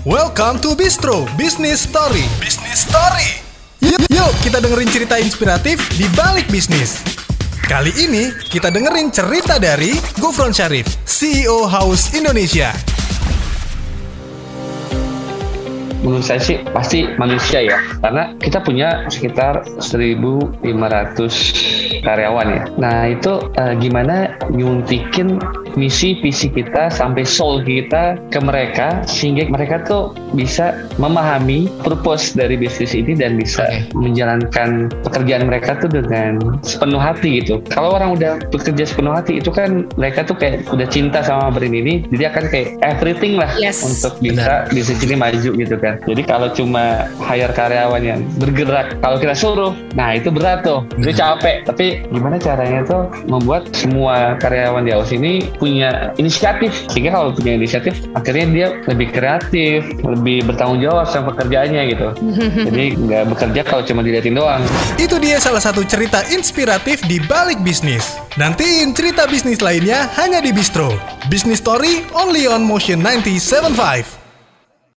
Welcome to Bistro Business Story. Business Story. Yuk kita dengerin cerita inspiratif di balik bisnis. Kali ini kita dengerin cerita dari Gufron Syarif, CEO Haus Indonesia. Menurut saya sih pasti manusia ya, karena kita punya sekitar 1.500 karyawan ya. Nah itu gimana nyuntikin misi visi kita sampai soul kita ke mereka, sehingga mereka tuh bisa memahami purpose dari bisnis ini dan bisa menjalankan pekerjaan mereka tuh dengan sepenuh hati gitu. Kalau orang udah bekerja sepenuh hati itu kan mereka tuh kayak udah cinta sama brand ini, jadi akan kayak everything lah untuk bisa bisnis ini maju gitu kan. Jadi kalau cuma hire karyawan yang bergerak, kalau kita suruh, nah itu berat tuh, itu capek. Tapi gimana caranya tuh membuat semua karyawan di Haus ini punya inisiatif, sehingga kalau punya inisiatif akhirnya dia lebih kreatif, lebih bertanggung jawab sama pekerjaannya gitu. Jadi nggak bekerja kalau cuma dilihatin doang. Itu dia salah satu cerita inspiratif di balik bisnis. Nantiin cerita bisnis lainnya hanya di Bistro Business Story, only on Motion 97.5.